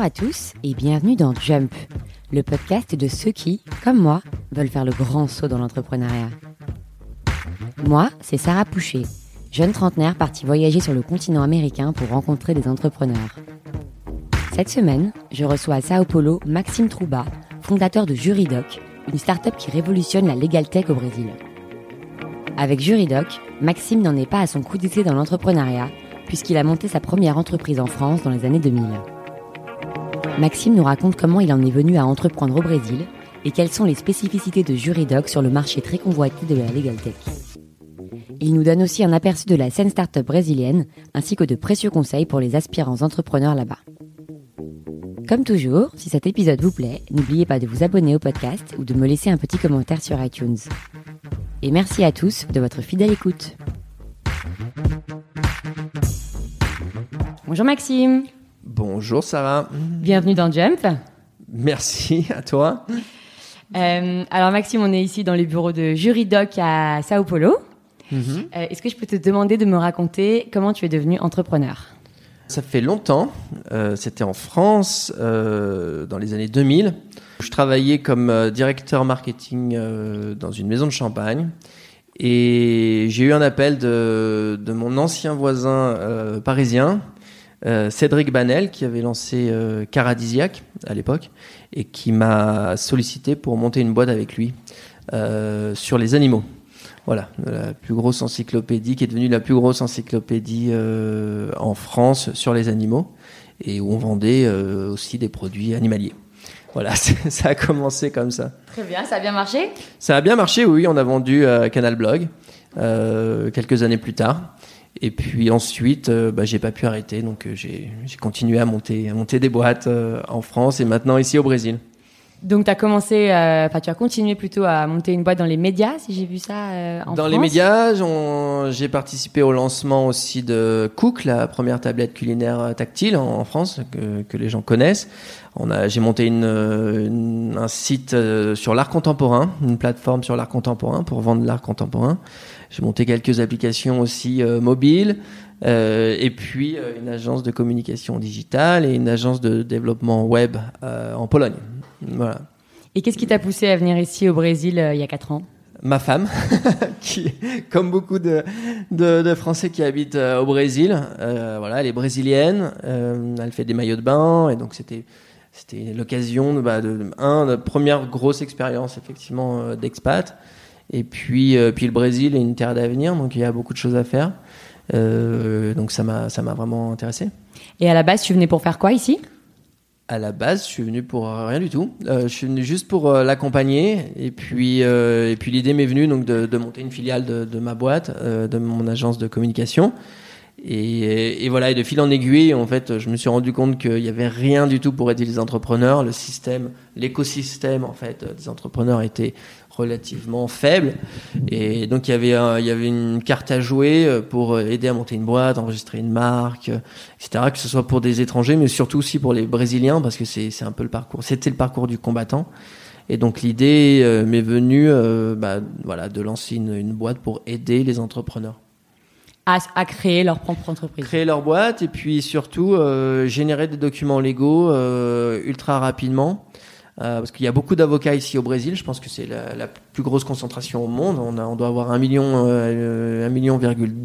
à tous et bienvenue dans Jump, le podcast de ceux qui, comme moi, veulent faire le grand saut dans l'entrepreneuriat. Moi, c'est Sarah Pouchet, jeune trentenaire partie voyager sur le continent américain pour rencontrer des entrepreneurs. Cette semaine, je reçois à Sao Paulo Maxime Trouba, fondateur de Juridoc, une start-up qui révolutionne la legal tech au Brésil. Avec Juridoc, Maxime n'en est pas à son coup d'essai dans l'entrepreneuriat, puisqu'il a monté sa première entreprise en France dans les années 2000. Maxime nous raconte comment il en est venu à entreprendre au Brésil et quelles sont les spécificités de Juridoc sur le marché très convoité de la legal tech. Il nous donne aussi un aperçu de la scène start-up brésilienne, ainsi que de précieux conseils pour les aspirants entrepreneurs là-bas. Comme toujours, si cet épisode vous plaît, n'oubliez pas de vous abonner au podcast ou de me laisser un petit commentaire sur iTunes. Et merci à tous de votre fidèle écoute. Bonjour Maxime. Bonjour Sarah. Bienvenue dans Jump. Merci à toi. Alors Maxime, on est ici dans les bureaux de Juridoc à Sao Paulo. Est-ce que je peux te demander de me raconter comment tu es devenu entrepreneur ? Ça fait longtemps, c'était en France, dans les années 2000. Je travaillais comme directeur marketing dans une maison de champagne. Et j'ai eu un appel de mon ancien voisin parisien, Cédric Banel, qui avait lancé Caradisiac à l'époque et qui m'a sollicité pour monter une boîte avec lui sur les animaux. Voilà, la plus grosse encyclopédie qui est devenue la plus grosse encyclopédie en France sur les animaux et où on vendait aussi des produits animaliers. Voilà, ça a commencé comme ça. Très bien, ça a bien marché ? Ça a bien marché, oui. On a vendu Canal Blog quelques années plus tard. Et puis ensuite, j'ai pas pu arrêter, donc j'ai continué à monter des boîtes en France et maintenant ici au Brésil. Donc tu as continué plutôt à monter une boîte dans les médias, si j'ai vu ça en France. Dans les médias, j'ai participé au lancement aussi de Cook, la première tablette culinaire tactile en France que les gens connaissent. J'ai monté un site sur l'art contemporain, une plateforme sur l'art contemporain pour vendre l'art contemporain. J'ai monté quelques applications aussi mobiles, et puis une agence de communication digitale et une agence de développement web en Pologne. Voilà. Et qu'est-ce qui t'a poussé à venir ici au Brésil il y a 4 ans ? Ma femme, qui, comme beaucoup de Français qui habitent au Brésil, elle est brésilienne, elle fait des maillots de bain, et donc c'était l'occasion de première grosse expérience effectivement d'expat. Et puis le Brésil est une terre d'avenir, donc il y a beaucoup de choses à faire. Donc ça m'a vraiment intéressé. Et à la base, tu venais pour faire quoi ici ? À la base, je suis venu pour rien du tout. Je suis venu juste pour l'accompagner. Et puis l'idée m'est venue donc de monter une filiale de ma boîte, de mon agence de communication. Et voilà, et de fil en aiguille, en fait, je me suis rendu compte qu'il y avait rien du tout pour aider les entrepreneurs. L'écosystème, en fait, des entrepreneurs était relativement faible. Et donc, il y avait une carte à jouer pour aider à monter une boîte, enregistrer une marque, etc. Que ce soit pour des étrangers, mais surtout aussi pour les Brésiliens, parce que c'est un peu c'était le parcours du combattant. Et donc, l'idée m'est venue, de lancer une boîte pour aider les entrepreneurs. À créer leur propre entreprise. Créer leur boîte et puis surtout générer des documents légaux ultra rapidement. Parce qu'il y a beaucoup d'avocats ici au Brésil. Je pense que c'est la plus grosse concentration au monde. On doit avoir 1,2 million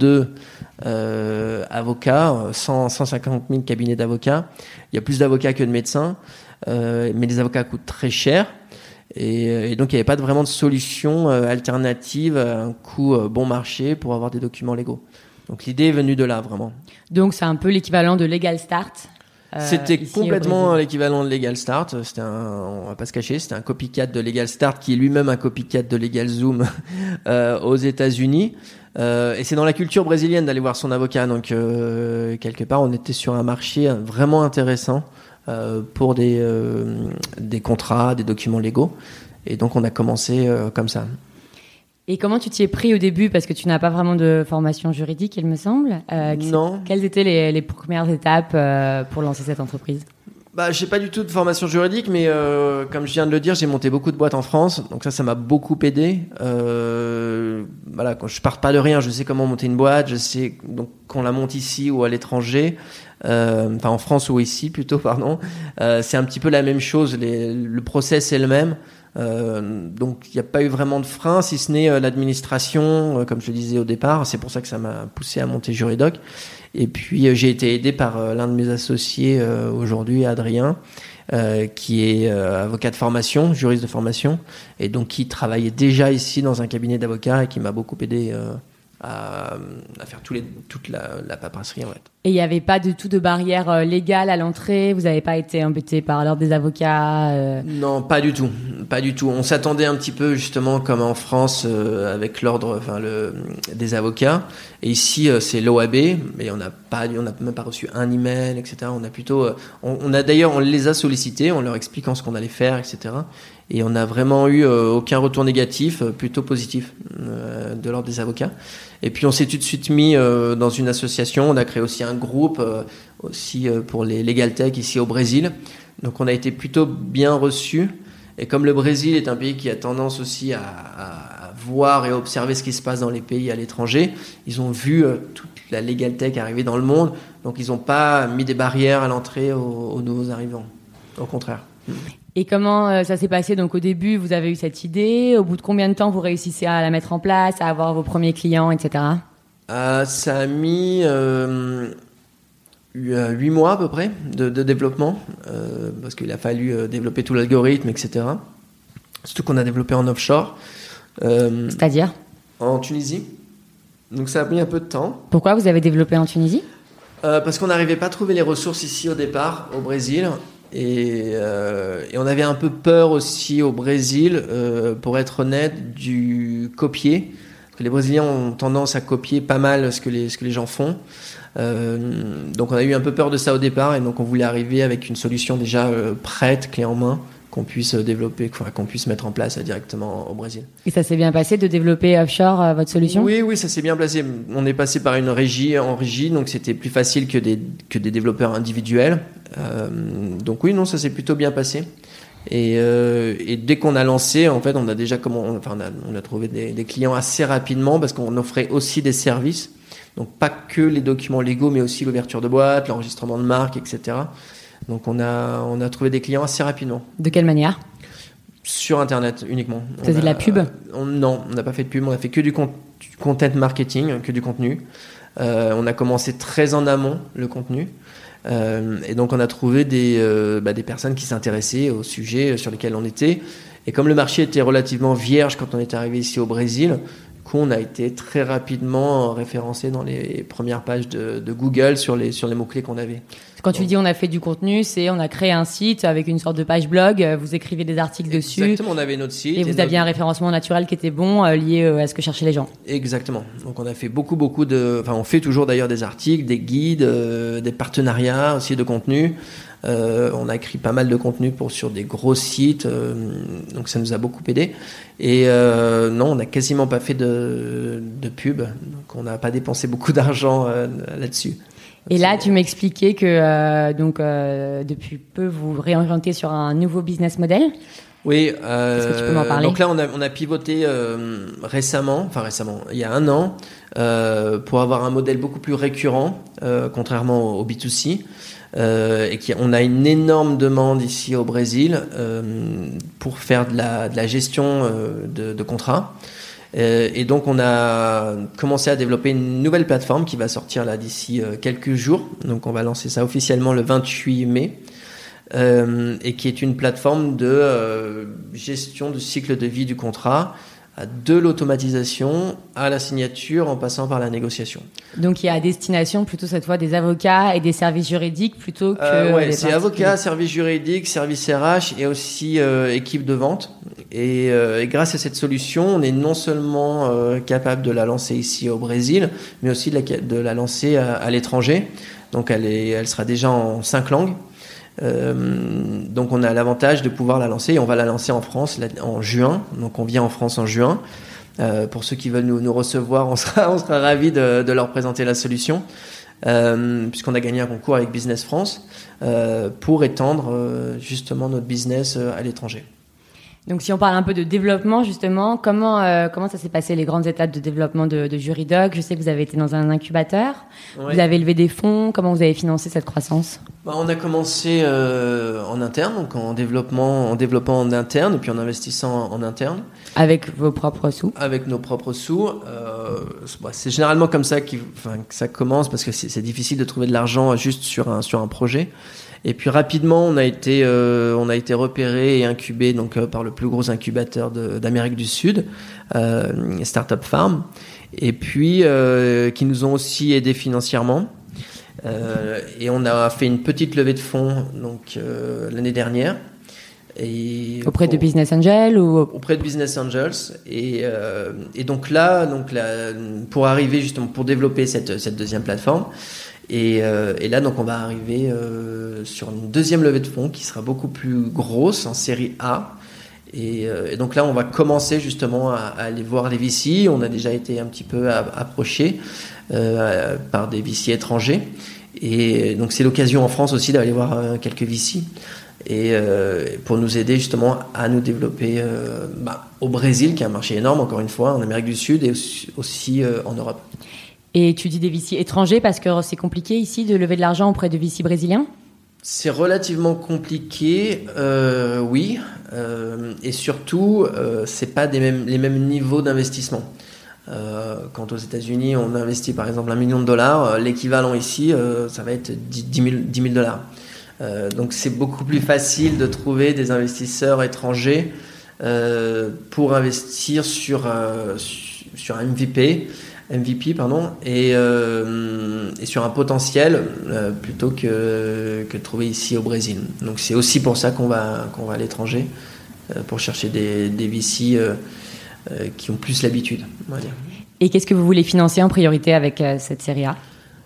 avocats, 150 000 cabinets d'avocats. Il y a plus d'avocats que de médecins, mais les avocats coûtent très cher. Et donc, il n'y avait pas vraiment de solution alternative à un coût bon marché pour avoir des documents légaux. Donc, l'idée est venue de là, vraiment. Donc, c'est un peu l'équivalent de Legal Start. C'était complètement l'équivalent de Legal Start. On va pas se cacher, c'était un copycat de Legal Start qui est lui-même un copycat de LegalZoom aux États-Unis. Et c'est dans la culture brésilienne d'aller voir son avocat. Donc, quelque part, on était sur un marché vraiment intéressant pour des contrats, des documents légaux. Et donc, on a commencé comme ça. Et comment tu t'y es pris au début ? Parce que tu n'as pas vraiment de formation juridique, il me semble. Non. Quelles étaient les premières étapes pour lancer cette entreprise ? J'ai pas du tout de formation juridique, mais comme je viens de le dire, j'ai monté beaucoup de boîtes en France, donc ça m'a beaucoup aidé. Quand je pars pas de rien, je sais comment monter une boîte, je sais donc qu'on la monte ici ou à l'étranger, en France ou ici plutôt, pardon. C'est un petit peu la même chose, le process est le même. Donc il n'y a pas eu vraiment de frein, si ce n'est l'administration, comme je le disais au départ. C'est pour ça que ça m'a poussé à monter Juridoc. Et puis j'ai été aidé par l'un de mes associés aujourd'hui, Adrien, qui est avocat de formation, juriste de formation, et donc qui travaillait déjà ici dans un cabinet d'avocats et qui m'a beaucoup aidé à faire toute la paperasserie en fait. Et il n'y avait pas du tout de barrière légale à l'entrée? Vous n'avez pas été embêté par l'ordre des avocats Non, pas du tout. On s'attendait un petit peu justement comme en France avec l'ordre des avocats. Et ici, c'est l'OAB, mais on n'a même pas reçu un email, etc. On a plutôt, on les a sollicités, en leur expliquant ce qu'on allait faire, etc. Et on n'a vraiment eu aucun retour négatif, plutôt positif de l'ordre des avocats. Et puis on s'est tout de suite mis dans une association. On a créé aussi un groupe pour les Legal Tech ici au Brésil. Donc on a été plutôt bien reçus. Et comme le Brésil est un pays qui a tendance aussi à voir et observer ce qui se passe dans les pays à l'étranger, ils ont vu toute la Legal Tech arriver dans le monde. Donc ils n'ont pas mis des barrières à l'entrée aux nouveaux arrivants. Au contraire. Et comment ça s'est passé? Donc au début, vous avez eu cette idée. Au bout de combien de temps vous réussissez à la mettre en place, à avoir vos premiers clients, etc. Ça a mis 8 mois à peu près de développement, parce qu'il a fallu développer tout l'algorithme, etc. Surtout qu'on a développé en offshore. C'est-à-dire? En Tunisie. Donc ça a mis un peu de temps. Pourquoi vous avez développé en Tunisie? Parce qu'on n'arrivait pas à trouver les ressources ici au départ, au Brésil. Et on avait un peu peur aussi au Brésil, pour être honnête, du copier. Parce que les Brésiliens ont tendance à copier pas mal ce que les gens font. Donc on a eu un peu peur de ça au départ, et donc on voulait arriver avec une solution déjà prête, clé en main, qu'on puisse développer, qu'on puisse mettre en place directement au Brésil. Et ça s'est bien passé de développer offshore votre solution? Oui, ça s'est bien passé. On est passé par une régie, donc c'était plus facile que des développeurs individuels. Donc oui, non, ça s'est plutôt bien passé. Et dès qu'on a lancé, en fait, on a déjà on a trouvé des clients assez rapidement, parce qu'on offrait aussi des services. Donc pas que les documents légaux, mais aussi l'ouverture de boîte, l'enregistrement de marque, etc. Donc on a trouvé des clients assez rapidement. De quelle manière? Sur Internet uniquement. Vous faisiez de la pub? Non, on n'a pas fait de pub. On a fait que du content marketing, que du contenu. On a commencé très en amont le contenu. Et donc on a trouvé des personnes qui s'intéressaient au sujet sur lesquels on était. Et comme le marché était relativement vierge quand on est arrivé ici au Brésil, on a été très rapidement référencé dans les premières pages de Google sur les mots-clés qu'on avait. Quand tu dis on a fait du contenu, c'est on a créé un site avec une sorte de page blog, vous écrivez des articles dessus. Exactement, on avait notre site. Et vous aviez un référencement naturel qui était bon, lié à ce que cherchaient les gens. Exactement. Donc on a fait beaucoup on fait toujours d'ailleurs des articles, des guides, des partenariats aussi de contenu. On a écrit pas mal de contenu sur des gros sites, donc ça nous a beaucoup aidé. Et non, on n'a quasiment pas fait de pub, donc on n'a pas dépensé beaucoup d'argent là-dessus. Et là, tu m'expliquais que depuis peu, vous réorientez sur un nouveau business model. Oui. Est-ce que tu peux m'en parler? Donc là, on a pivoté récemment, il y a 1 an, pour avoir un modèle beaucoup plus récurrent, contrairement au B2C. Et on a une énorme demande ici au Brésil pour faire de la gestion de contrats. Et donc on a commencé à développer une nouvelle plateforme qui va sortir là d'ici quelques jours. Donc on va lancer ça officiellement le 28 mai. Et qui est une plateforme de gestion du cycle de vie du contrat, de l'automatisation à la signature en passant par la négociation. Donc il y a à destination plutôt cette fois des avocats et des services juridiques plutôt que c'est avocats, services juridiques, services RH et aussi équipe de vente. Et grâce à cette solution, on est non seulement capable de la lancer ici au Brésil, mais aussi de la lancer à l'étranger. Donc elle sera déjà en 5 langues. Donc on a l'avantage de pouvoir la lancer, et on va la lancer en France en juin. Donc on vient en France en juin. Pour ceux qui veulent nous recevoir, on sera ravis de leur présenter la solution. puisqu'on a gagné un concours avec Business France pour étendre justement notre business à l'étranger. Donc, si on parle un peu de développement, justement, comment ça s'est passé, les grandes étapes de développement de Juridoc? Je sais que vous avez été dans un incubateur. Ouais. Vous avez levé des fonds. Comment vous avez financé cette croissance? On a commencé en interne, donc en développant en interne et puis en investissant en interne. Avec vos propres sous? Avec nos propres sous. C'est généralement comme ça que ça commence, parce que c'est difficile de trouver de l'argent juste sur un projet. Et puis rapidement, on a été repéré et incubé donc par le plus gros incubateur d'Amérique du Sud, Startup Farm, et puis qui nous ont aussi aidés financièrement. Et on a fait une petite levée de fonds donc l'année dernière. Auprès de Business Angels ou auprès de Business Angels et donc là pour arriver justement pour développer cette deuxième plateforme. Et là, donc, on va arriver sur une deuxième levée de fonds qui sera beaucoup plus grosse, en série A. Et donc là, on va commencer justement à aller voir les VC. On a déjà été un petit peu approché par des VC étrangers. Et donc, c'est l'occasion en France aussi d'aller voir quelques VC. Et pour nous aider justement à nous développer au Brésil, qui est un marché énorme, encore une fois, en Amérique du Sud et aussi en Europe. Et tu dis des VC étrangers parce que c'est compliqué ici de lever de l'argent auprès de VC brésiliens? C'est relativement compliqué, oui. Et surtout, c'est pas les mêmes niveaux d'investissement. Quand aux États-Unis, on investit par exemple $1 million, l'équivalent ici, ça va être $10 000. Donc c'est beaucoup plus facile de trouver des investisseurs étrangers pour investir sur un MVP, et sur un potentiel plutôt que de trouver ici au Brésil. Donc c'est aussi pour ça qu'on va à l'étranger pour chercher des VC qui ont plus l'habitude, on va dire. Et qu'est-ce que vous voulez financer en priorité avec cette série A?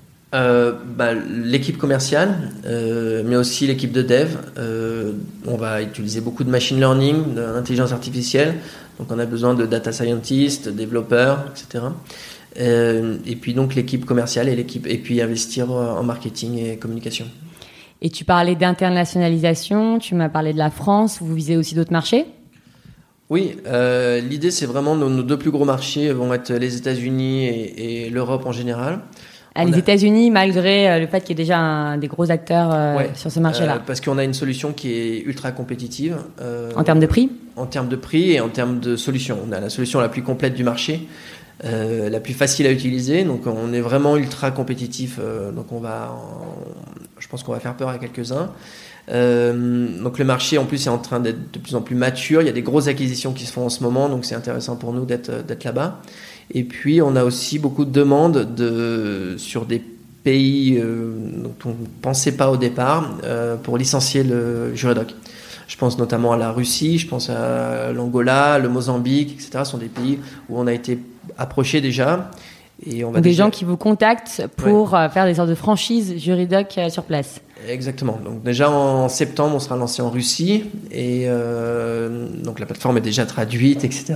L'équipe commerciale, mais aussi l'équipe de dev. On va utiliser beaucoup de machine learning, d'intelligence artificielle. Donc on a besoin de data scientists, développeurs, etc. Et puis donc l'équipe commerciale et puis investir en marketing et communication. Et tu parlais d'internationalisation, tu m'as parlé de la France, vous visez aussi d'autres marchés? Oui, l'idée c'est vraiment nos deux plus gros marchés vont être les États-Unis et l'Europe en général. Les États-Unis, malgré le fait qu'il y ait déjà des gros acteurs sur ce marché-là. Parce qu'on a une solution qui est ultra compétitive. En termes de prix? En termes de prix et en termes de solution. On a la solution la plus complète du marché. La plus facile à utiliser, donc on est vraiment ultra compétitif, donc je pense qu'on va faire peur à quelques-uns. Donc le marché en plus est en train d'être de plus en plus mature, il y a des grosses acquisitions qui se font en ce moment, donc c'est intéressant pour nous d'être là-bas. Et puis on a aussi beaucoup de demandes sur des pays dont on ne pensait pas au départ pour licencier le Juridoc. Je pense notamment à la Russie, je pense à l'Angola, le Mozambique, etc. Ce sont des pays où on a été approché déjà. Et on va gens qui vous contactent pour faire des sortes de franchises Juridoc sur place. Exactement. Donc déjà en septembre, on sera lancé en Russie. Et donc la plateforme est déjà traduite, etc.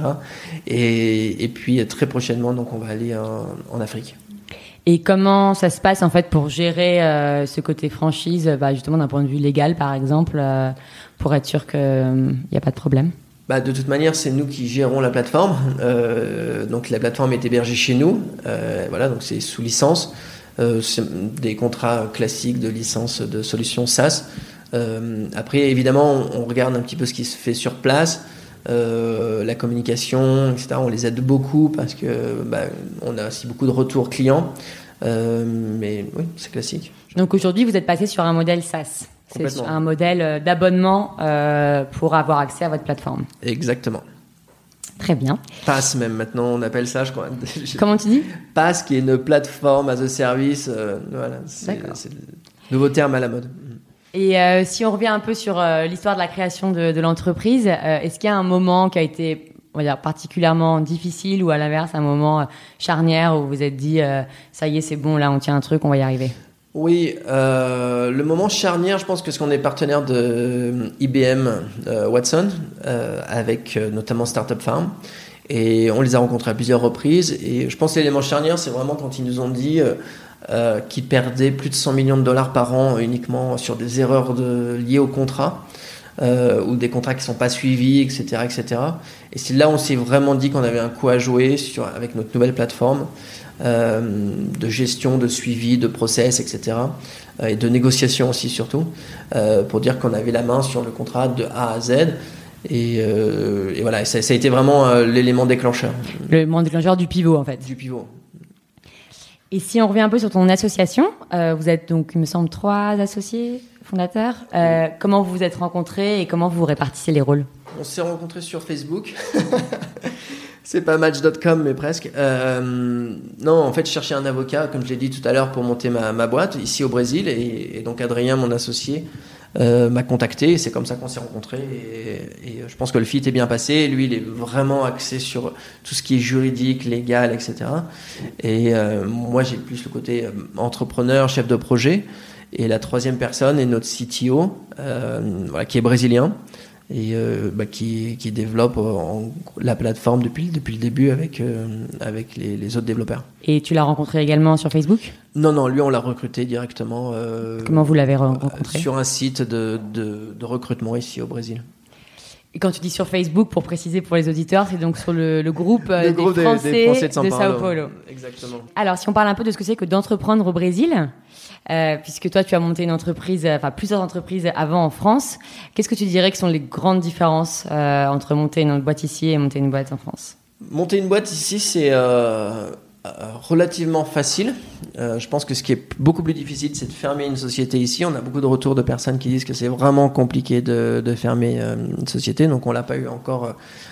Et puis très prochainement, donc on va aller en Afrique. Et comment ça se passe en fait pour gérer ce côté franchise, justement d'un point de vue légal par exemple, pour être sûr qu'il n'y a pas de problème? De toute manière, c'est nous qui gérons la plateforme. Donc la plateforme est hébergée chez nous. Voilà, donc c'est sous licence. C'est des contrats classiques de licence de solutions SaaS. Après, évidemment, on regarde un petit peu ce qui se fait sur place. La communication, etc. On les aide beaucoup parce que on a aussi beaucoup de retours clients. Mais oui, c'est classique. Donc aujourd'hui, vous êtes passé sur un modèle SaaS. C'est sur un modèle d'abonnement pour avoir accès à votre plateforme. Exactement. Très bien. PaaS même, maintenant on appelle ça, je crois. Comment tu dis? PaaS, qui est une plateforme as a service. Voilà, c'est le nouveau terme à la mode. Et si on revient un peu sur l'histoire de la création de l'entreprise, est-ce qu'il y a un moment qui a été, on va dire, particulièrement difficile ou à l'inverse un moment charnière où vous vous êtes dit ça y est, c'est bon, là on tient un truc, on va y arriver? Oui, le moment charnière, je pense que c'est qu'on est partenaire de IBM Watson avec notamment Startup Farm, et on les a rencontrés à plusieurs reprises, et je pense que l'élément charnière, c'est vraiment quand ils nous ont dit qui perdait plus de 100 millions de dollars par an uniquement sur des erreurs liées au contrat. Ou des contrats qui ne sont pas suivis, etc., etc. Et c'est là où on s'est vraiment dit qu'on avait un coup à jouer avec notre nouvelle plateforme de gestion, de suivi, de process, etc. Et de négociation aussi surtout, pour dire qu'on avait la main sur le contrat de A à Z. Et voilà, et ça a été vraiment l'élément déclencheur. L'élément déclencheur du pivot, en fait. Du pivot. Et si on revient un peu sur ton association, vous êtes donc, il me semble, 3 associés fondateurs. Comment vous vous êtes rencontrés et comment vous répartissez les rôles ? On s'est rencontrés sur Facebook. C'est pas match.com, mais presque. Non, en fait, je cherchais un avocat, comme je l'ai dit tout à l'heure, pour monter ma boîte ici au Brésil. Et donc, Adrien, mon associé, m'a contacté. Et c'est comme ça qu'on s'est rencontrés. Et je pense que le fit est bien passé. Lui, il est vraiment axé sur tout ce qui est juridique, légal, etc. Et moi, j'ai plus le côté entrepreneur, chef de projet. Et la troisième personne est notre CTO, qui est brésilien. Et qui développe la plateforme depuis le début avec les autres développeurs. Et tu l'as rencontré également sur Facebook ? Non, lui on l'a recruté directement. Comment vous l'avez rencontré ? Sur un site de recrutement ici au Brésil. Et quand tu dis sur Facebook, pour préciser pour les auditeurs, c'est donc sur le groupe, des Français de Sao Paulo. Exactement. Alors, si on parle un peu de ce que c'est que d'entreprendre au Brésil, puisque toi, tu as monté une entreprise, plusieurs entreprises avant en France, qu'est-ce que tu dirais que sont les grandes différences entre monter une boîte ici et monter une boîte en France ? Monter une boîte ici, c'est relativement facile. Je pense que ce qui est beaucoup plus difficile, c'est de fermer une société ici. On a beaucoup de retours de personnes qui disent que c'est vraiment compliqué de fermer une société. Donc on l'a pas eu encore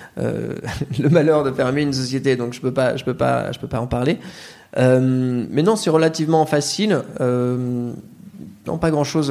le malheur de fermer une société. Donc je peux pas en parler. Mais non, c'est relativement facile. Non, pas grand-chose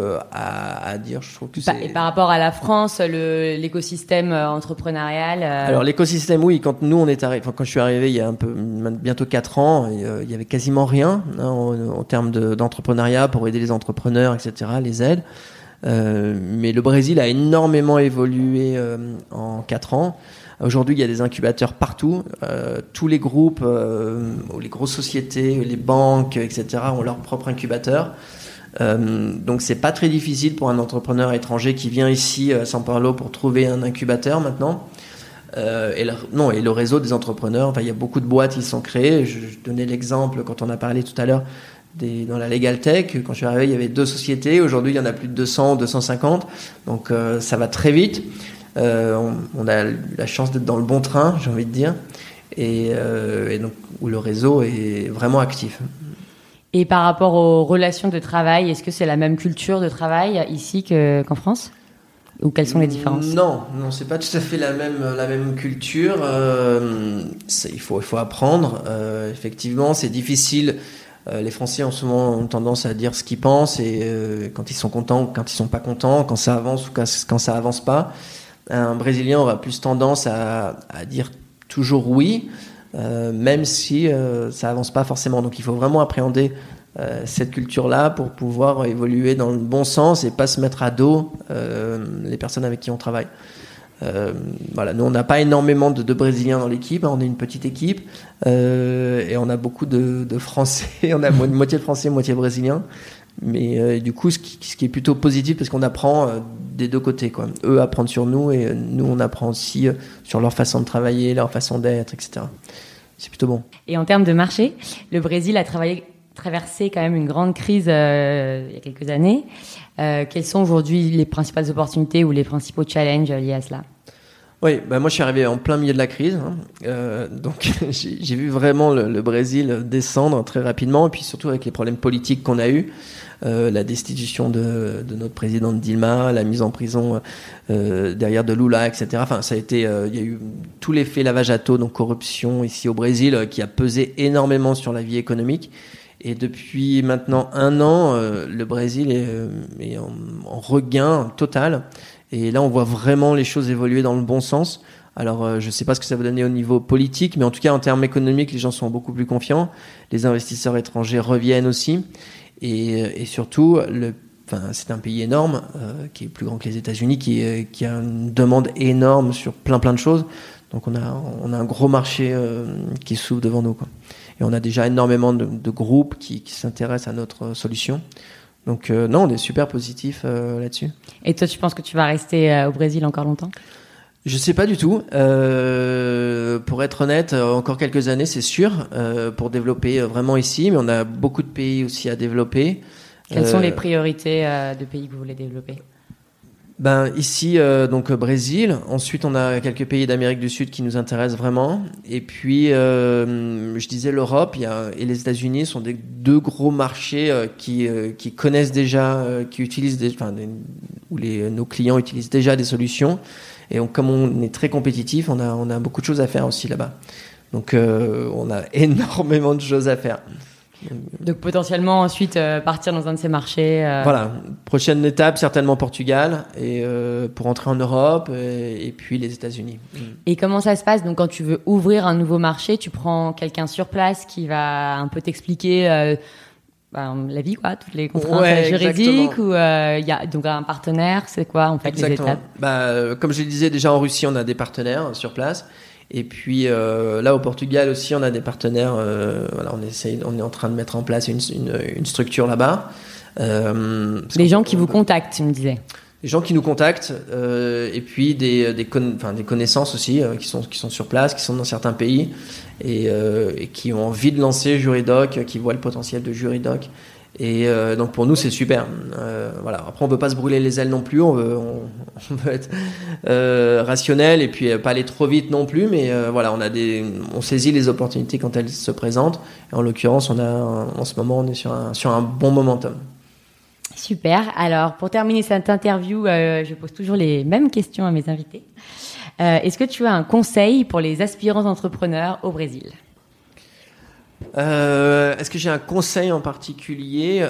à dire. Je trouve que c'est... Et par rapport à la France, l'écosystème entrepreneurial Alors l'écosystème, oui. Quand nous on est arrivé, quand je suis arrivé il y a bientôt 4 ans, il y avait quasiment rien en termes d'entrepreneuriat pour aider les entrepreneurs, etc. Les aides. Mais le Brésil a énormément évolué en 4 ans. Aujourd'hui, il y a des incubateurs partout. Tous les groupes, les grosses sociétés, les banques, etc. ont leur propre incubateur. Donc c'est pas très difficile pour un entrepreneur étranger qui vient ici à São Paulo pour trouver un incubateur maintenant. Et le réseau des entrepreneurs, il y a beaucoup de boîtes qui sont créées. Je donnais l'exemple quand on a parlé tout à l'heure dans la Legal Tech. Quand je suis arrivé, il y avait 2 sociétés. Aujourd'hui, il y en a plus de 200, 250. Donc ça va très vite. On a la chance d'être dans le bon train, j'ai envie de dire, et donc où le réseau est vraiment actif. Et par rapport aux relations de travail, est-ce que c'est la même culture de travail ici qu'en France ? Ou quelles sont les différences ? Non, c'est pas tout à fait la même culture. Il faut apprendre. Effectivement, c'est difficile. Les Français ont souvent tendance à dire ce qu'ils pensent, et quand ils sont contents ou quand ils sont pas contents, quand ça avance ou quand ça avance pas. Un Brésilien aura plus tendance à dire toujours oui, même si ça avance pas forcément. Donc il faut vraiment appréhender cette culture-là pour pouvoir évoluer dans le bon sens et pas se mettre à dos les personnes avec qui on travaille. Nous on n'a pas énormément de Brésiliens dans l'équipe, on est une petite équipe et on a beaucoup de Français, on a moitié Français, moitié Brésiliens. Mais du coup, ce qui est plutôt positif, parce qu'on apprend des deux côtés, quoi. Eux apprennent sur nous et nous, on apprend aussi sur leur façon de travailler, leur façon d'être, etc. C'est plutôt bon. Et en termes de marché, le Brésil a traversé quand même une grande crise il y a quelques années. Quelles sont aujourd'hui les principales opportunités ou les principaux challenges liés à cela ? Oui, moi je suis arrivé en plein milieu de la crise, donc j'ai vu vraiment le Brésil descendre très rapidement, et puis surtout avec les problèmes politiques qu'on a eus, la destitution de notre présidente Dilma, la mise en prison derrière de Lula, etc. Enfin, ça a été, il y a eu tout l'effet lavage à taux, donc corruption ici au Brésil, qui a pesé énormément sur la vie économique. Et depuis maintenant 1 an, le Brésil est en regain total. Et là, on voit vraiment les choses évoluer dans le bon sens. Alors, je ne sais pas ce que ça va donner au niveau politique, mais en tout cas, en termes économiques, les gens sont beaucoup plus confiants. Les investisseurs étrangers reviennent aussi. Et surtout, c'est un pays énorme, qui est plus grand que les États-Unis, qui a une demande énorme sur plein de choses. Donc, on a un gros marché qui s'ouvre devant nous, quoi. Et on a déjà énormément de groupes qui s'intéressent à notre solution. Donc non, on est super positif là-dessus. Et toi, tu penses que tu vas rester au Brésil encore longtemps ? Je sais pas du tout. Pour être honnête, encore quelques années, c'est sûr, pour développer vraiment ici. Mais on a beaucoup de pays aussi à développer. Quelles sont les priorités de pays que vous voulez développer ? Ici, donc Brésil. Ensuite, on a quelques pays d'Amérique du Sud qui nous intéressent vraiment. Et puis, je disais l'Europe et les États-Unis sont des deux gros marchés qui connaissent déjà, qui utilisent où nos clients utilisent déjà des solutions. Et comme on est très compétitif, on a beaucoup de choses à faire aussi là-bas. Donc, on a énormément de choses à faire. Donc potentiellement ensuite partir dans un de ces marchés. Voilà, prochaine étape certainement Portugal et pour entrer en Europe et puis les États-Unis. Et comment ça se passe donc quand tu veux ouvrir un nouveau marché, tu prends quelqu'un sur place qui va un peu t'expliquer la vie quoi, toutes les contraintes juridiques ou il y a donc un partenaire, c'est quoi en fait exactement. Les étapes? Comme je le disais déjà en Russie, on a des partenaires sur place. Et puis là au Portugal aussi on a des partenaires. On est en train de mettre en place une structure là-bas. Les gens qui vous contactent, tu me disais. Les gens qui nous contactent et puis des connaissances aussi qui sont sur place, qui sont dans certains pays et qui ont envie de lancer Juridoc, qui voient le potentiel de Juridoc. Et donc pour nous c'est super. Voilà. Après on veut pas se brûler les ailes non plus, on veut être rationnel et puis pas aller trop vite non plus. Mais voilà, on saisit les opportunités quand elles se présentent. Et en l'occurrence, en ce moment on est sur un bon momentum. Super. Alors pour terminer cette interview, je pose toujours les mêmes questions à mes invités. Est-ce que tu as un conseil pour les aspirants entrepreneurs au Brésil ? Est-ce que j'ai un conseil en particulier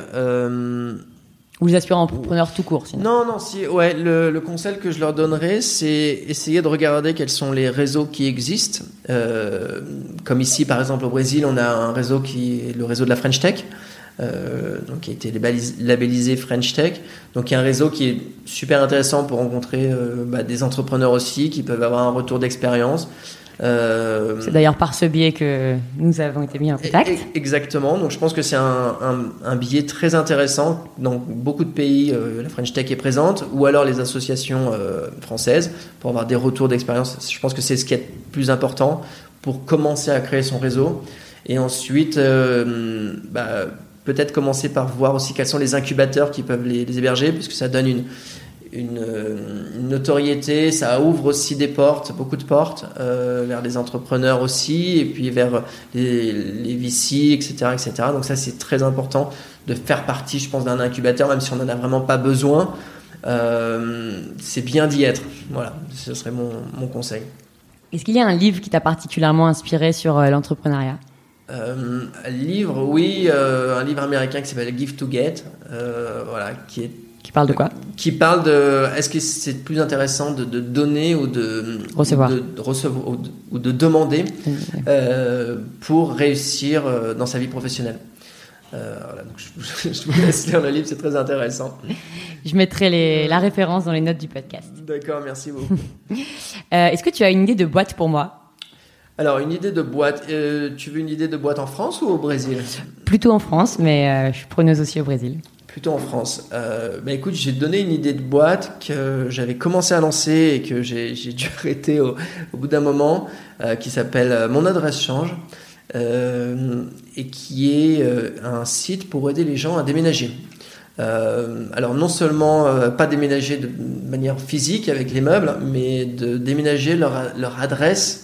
ou les aspirants entrepreneurs tout court sinon. Non, le conseil que je leur donnerais, c'est essayer de regarder quels sont les réseaux qui existent. Comme ici, par exemple, au Brésil, on a un réseau qui est le réseau de la French Tech, donc qui a été labellisé French Tech. Donc il y a un réseau qui est super intéressant pour rencontrer des entrepreneurs aussi, qui peuvent avoir un retour d'expérience. C'est d'ailleurs par ce biais que nous avons été mis en contact. Exactement, donc je pense que c'est un biais très intéressant. Dans beaucoup de pays, la French Tech est présente, ou alors les associations françaises, pour avoir des retours d'expérience. Je pense que c'est ce qui est le plus important pour commencer à créer son réseau. Et ensuite, peut-être commencer par voir aussi quels sont les incubateurs qui peuvent les héberger, puisque ça donne une notoriété, ça ouvre aussi des portes, beaucoup de portes vers les entrepreneurs aussi, et puis vers les VC, etc., etc. Donc ça, c'est très important de faire partie, je pense, d'un incubateur, même si on n'en a vraiment pas besoin. C'est bien d'y être. Voilà, ce serait mon conseil. Est-ce qu'il y a un livre qui t'a particulièrement inspiré sur l'entrepreneuriat ? Un livre, oui, un livre américain qui s'appelle Give to Get, qui parle de quoi ? Qui parle de est-ce que c'est plus intéressant de donner ou de recevoir ou de demander pour réussir dans sa vie professionnelle. Donc je vous laisse lire le livre, c'est très intéressant. Je mettrai la référence dans les notes du podcast. D'accord, merci beaucoup. Est-ce que tu as une idée de boîte pour moi ? Alors, une idée de boîte, tu veux une idée de boîte en France ou au Brésil ? Plutôt en France, mais je suis preneuse aussi au Brésil. Plutôt en France. Écoute, j'ai donné une idée de boîte que j'avais commencé à lancer et que j'ai dû arrêter au bout d'un moment, qui s'appelle Mon Adresse Change, et qui est un site pour aider les gens à déménager. Alors non seulement pas déménager de manière physique avec les meubles, mais de déménager leur adresse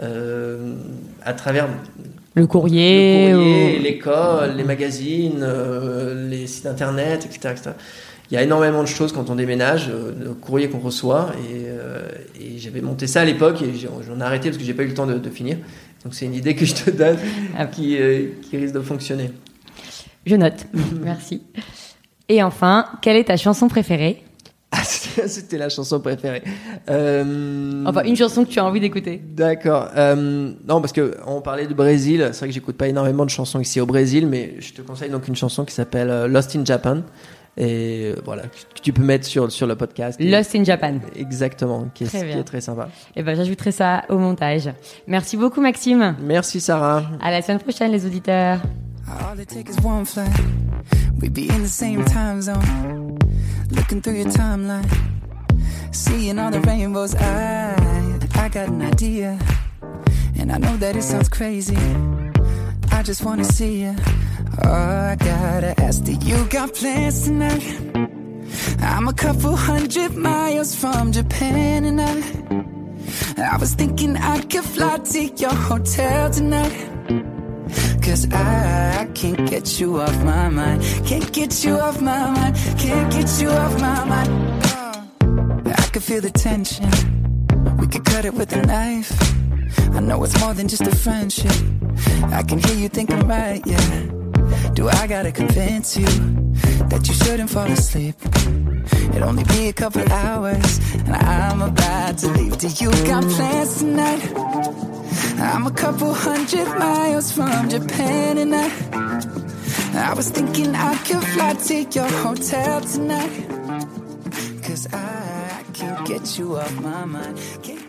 à travers le courrier, l'école, les magazines, les sites internet, etc., etc. Il y a énormément de choses quand on déménage, le courrier qu'on reçoit, et j'avais monté ça à l'époque et j'en ai arrêté parce que j'ai pas eu le temps de finir. Donc c'est une idée que je te donne qui risque de fonctionner. Je note, merci. Et enfin, quelle est ta chanson préférée ? C'était la chanson préférée. Enfin, une chanson que tu as envie d'écouter. D'accord. Non, parce que on parlait du Brésil. C'est vrai que j'écoute pas énormément de chansons ici au Brésil, mais je te conseille donc une chanson qui s'appelle Lost in Japan, Et voilà, que tu peux mettre sur le podcast. Lost in Japan. Exactement, qui est très sympa. Et ben, j'ajouterai ça au montage. Merci beaucoup, Maxime. Merci, Sarah. À la semaine prochaine, les auditeurs. All it takes is one flight. We'd be in the same time zone. Looking through your timeline. Seeing all the rainbows. I got an idea. And I know that it sounds crazy. I just wanna see you. Oh, I gotta ask, do you got plans tonight? I'm a couple 100 miles from Japan and I was thinking I could fly to your hotel tonight. 'Cause I can't get you off my mind. Can't get you off my mind. Can't get you off my mind. I could feel the tension. We could cut it with a knife. I know it's more than just a friendship. I can hear you thinking right, yeah. Do I gotta convince you that you shouldn't fall asleep? It'll only be a couple hours and I'm about to leave. Do you got plans tonight? I'm a couple 100 miles from Japan and I was thinking I could fly to your hotel tonight. 'Cause I can't get you off my mind.